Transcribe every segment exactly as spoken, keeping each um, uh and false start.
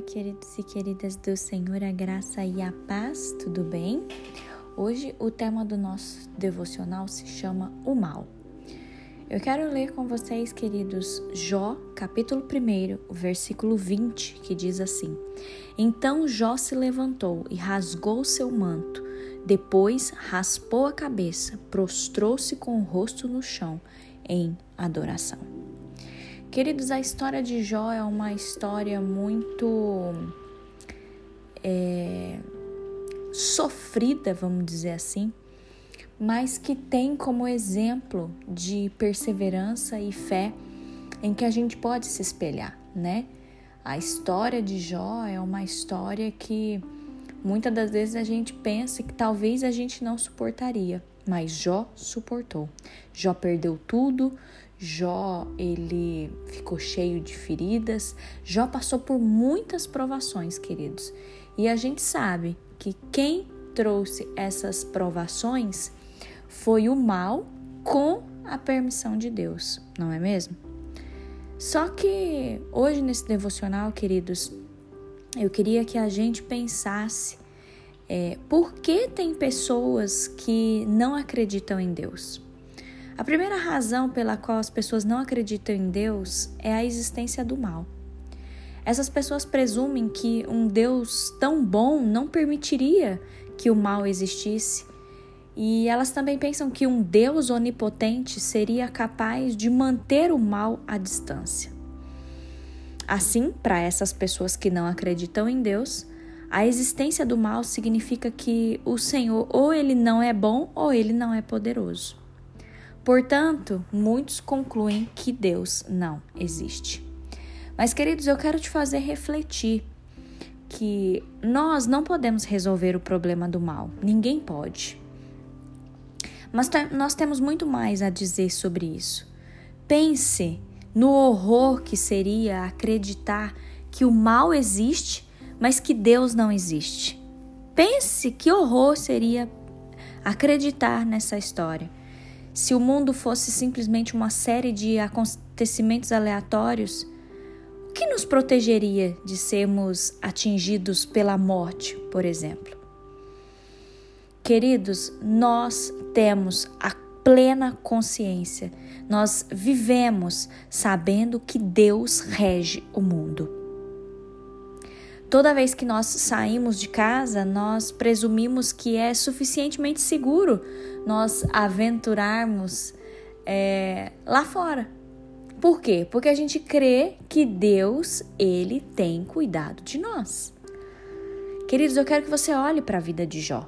queridos e queridas do Senhor, a graça e a paz, tudo bem? Hoje o tema do nosso devocional se chama o mal. Eu quero ler com vocês, queridos, Jó, capítulo um, o versículo vinte, que diz assim: Então Jó se levantou e rasgou seu manto, depois raspou a cabeça, prostrou-se com o rosto no chão em adoração. Queridos, a história de Jó é uma história muito é, sofrida, vamos dizer assim, mas que tem como exemplo de perseverança e fé em que a gente pode se espelhar, né? A história de Jó é uma história que muitas das vezes a gente pensa que talvez a gente não suportaria, mas Jó suportou. Jó perdeu tudo, Jó ele ficou cheio de feridas, Jó passou por muitas provações, queridos. E a gente sabe que quem trouxe essas provações foi o mal com a permissão de Deus, não é mesmo? Só que hoje nesse devocional, queridos, eu queria que a gente pensasse é, por que tem pessoas que não acreditam em Deus. A primeira razão pela qual as pessoas não acreditam em Deus é a existência do mal. Essas pessoas presumem que um Deus tão bom não permitiria que o mal existisse, e elas também pensam que um Deus onipotente seria capaz de manter o mal à distância. Assim, para essas pessoas que não acreditam em Deus, a existência do mal significa que o Senhor ou ele não é bom ou ele não é poderoso. Portanto, muitos concluem que Deus não existe. Mas, queridos, eu quero te fazer refletir que nós não podemos resolver o problema do mal. Ninguém pode. Mas nós temos muito mais a dizer sobre isso. Pense no horror que seria acreditar que o mal existe, mas que Deus não existe. Pense que horror seria acreditar nessa história. Se o mundo fosse simplesmente uma série de acontecimentos aleatórios, o que nos protegeria de sermos atingidos pela morte, por exemplo? Queridos, nós temos a plena consciência, nós vivemos sabendo que Deus rege o mundo. Toda vez que nós saímos de casa, nós presumimos que é suficientemente seguro nós aventurarmos é, lá fora. Por quê? Porque a gente crê que Deus, Ele tem cuidado de nós. Queridos, eu quero que você olhe para a vida de Jó.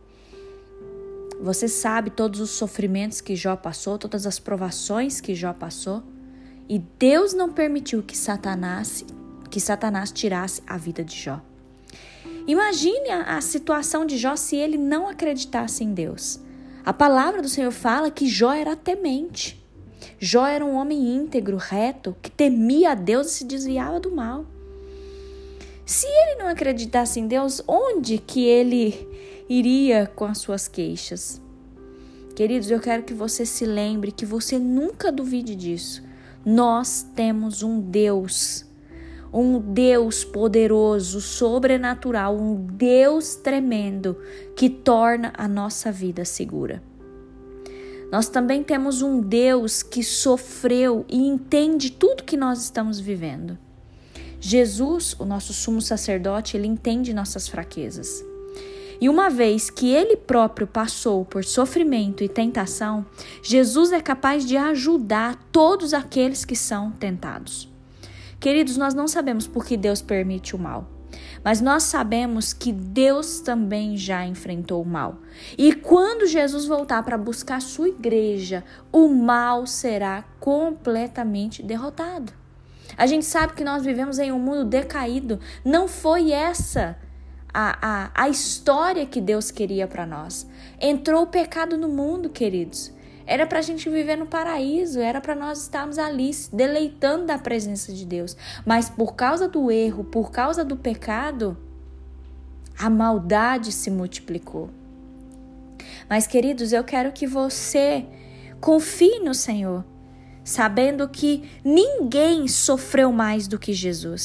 Você sabe todos os sofrimentos que Jó passou, todas as provações que Jó passou, e Deus não permitiu que Satanás que Satanás tirasse a vida de Jó. Imagine a, a situação de Jó se ele não acreditasse em Deus. A palavra do Senhor fala que Jó era temente. Jó era um homem íntegro, reto, que temia a Deus e se desviava do mal. Se ele não acreditasse em Deus, onde que ele iria com as suas queixas? Queridos, eu quero que você se lembre, que você nunca duvide disso. Nós temos um Deus Um Deus poderoso, sobrenatural, um Deus tremendo que torna a nossa vida segura. Nós também temos um Deus que sofreu e entende tudo que nós estamos vivendo. Jesus, o nosso sumo sacerdote, ele entende nossas fraquezas. E uma vez que ele próprio passou por sofrimento e tentação, Jesus é capaz de ajudar todos aqueles que são tentados. Queridos, nós não sabemos por que Deus permite o mal, mas nós sabemos que Deus também já enfrentou o mal. E quando Jesus voltar para buscar a sua igreja, o mal será completamente derrotado. A gente sabe que nós vivemos em um mundo decaído. Não foi essa a, a, a história que Deus queria para nós. Entrou o pecado no mundo, queridos. Era para a gente viver no paraíso, era para nós estarmos ali se deleitando da presença de Deus. Mas por causa do erro, por causa do pecado, a maldade se multiplicou. Mas, queridos, eu quero que você confie no Senhor, sabendo que ninguém sofreu mais do que Jesus.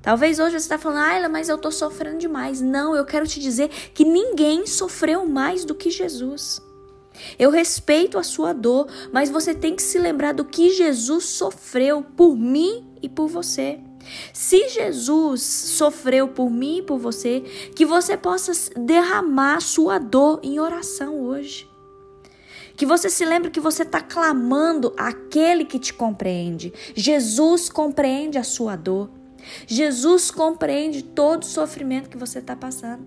Talvez hoje você está falando, Ayla, mas eu estou sofrendo demais. Não, eu quero te dizer que ninguém sofreu mais do que Jesus. Eu respeito a sua dor, mas você tem que se lembrar do que Jesus sofreu por mim e por você. Se Jesus sofreu por mim e por você, que você possa derramar a sua dor em oração hoje. Que você se lembre que você está clamando àquele que te compreende. Jesus compreende a sua dor. Jesus compreende todo o sofrimento que você está passando.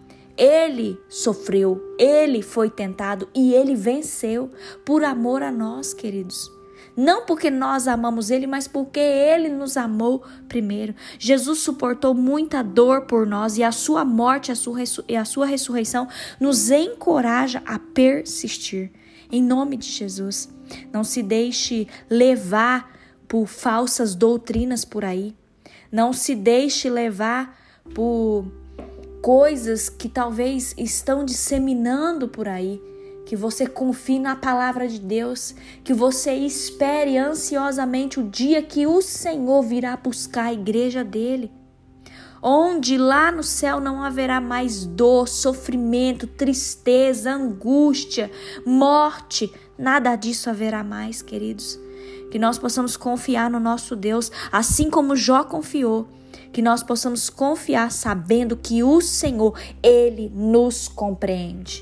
Ele sofreu, ele foi tentado e ele venceu por amor a nós, queridos. Não porque nós amamos ele, mas porque ele nos amou primeiro. Jesus suportou muita dor por nós e a sua morte a sua e a sua ressurreição nos encoraja a persistir. Em nome de Jesus, não se deixe levar por falsas doutrinas por aí. Não se deixe levar por coisas que talvez estão disseminando por aí. Que você confie na palavra de Deus, que você espere ansiosamente o dia que o Senhor virá buscar a igreja dele. Onde lá no céu não haverá mais dor, sofrimento, tristeza, angústia, morte. Nada disso haverá mais, queridos. Que nós possamos confiar no nosso Deus, assim como Jó confiou. Que nós possamos confiar sabendo que o Senhor, Ele nos compreende.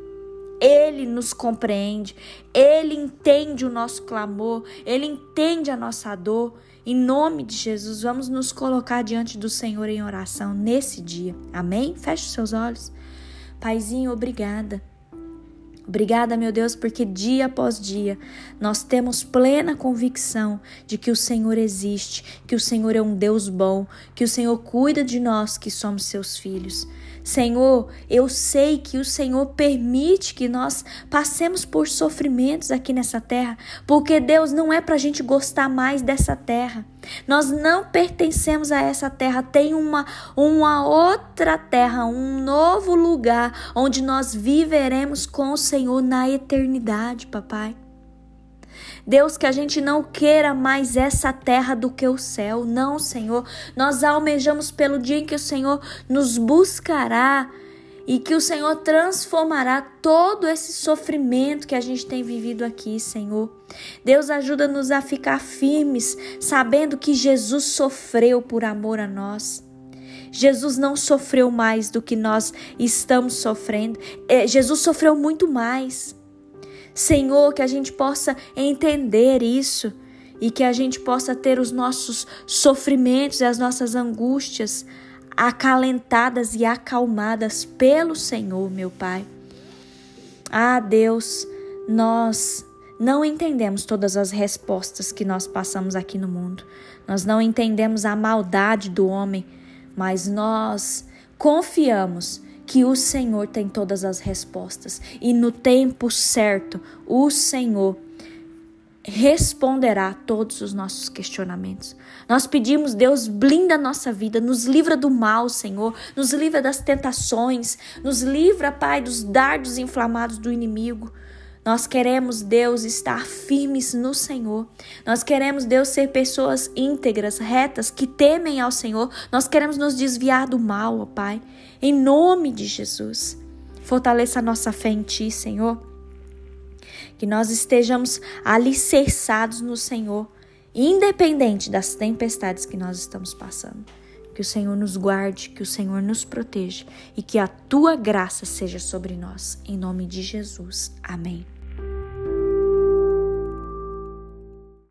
Ele nos compreende, Ele entende o nosso clamor, Ele entende a nossa dor. Em nome de Jesus, vamos nos colocar diante do Senhor em oração nesse dia. Amém? Feche os seus olhos. Paizinho, obrigada. Obrigada, meu Deus, porque dia após dia nós temos plena convicção de que o Senhor existe, que o Senhor é um Deus bom, que o Senhor cuida de nós que somos seus filhos. Senhor, eu sei que o Senhor permite que nós passemos por sofrimentos aqui nessa terra, porque Deus não é para a gente gostar mais dessa terra. Nós não pertencemos a essa terra, tem uma, uma outra terra, um novo lugar onde nós viveremos com o Senhor na eternidade, papai. Deus, que a gente não queira mais essa terra do que o céu. Não, Senhor. Nós almejamos pelo dia em que o Senhor nos buscará e que o Senhor transformará todo esse sofrimento que a gente tem vivido aqui, Senhor. Deus, ajuda-nos a ficar firmes, sabendo que Jesus sofreu por amor a nós. Jesus não sofreu mais do que nós estamos sofrendo. Jesus sofreu muito mais. Senhor, que a gente possa entender isso e que a gente possa ter os nossos sofrimentos e as nossas angústias acalentadas e acalmadas pelo Senhor, meu Pai. Ah, Deus, nós não entendemos todas as respostas que nós passamos aqui no mundo. Nós não entendemos a maldade do homem, mas nós confiamos que o Senhor tem todas as respostas e no tempo certo o Senhor responderá a todos os nossos questionamentos. Nós pedimos, Deus, blinda a nossa vida, nos livra do mal, Senhor, nos livra das tentações, nos livra, Pai, dos dardos inflamados do inimigo. Nós queremos, Deus, estar firmes no Senhor. Nós queremos, Deus, ser pessoas íntegras, retas, que temem ao Senhor. Nós queremos nos desviar do mal, ó Pai. Em nome de Jesus. Fortaleça a nossa fé em Ti, Senhor. Que nós estejamos alicerçados no Senhor, independente das tempestades que nós estamos passando. Que o Senhor nos guarde, que o Senhor nos proteja e que a Tua graça seja sobre nós. Em nome de Jesus. Amém.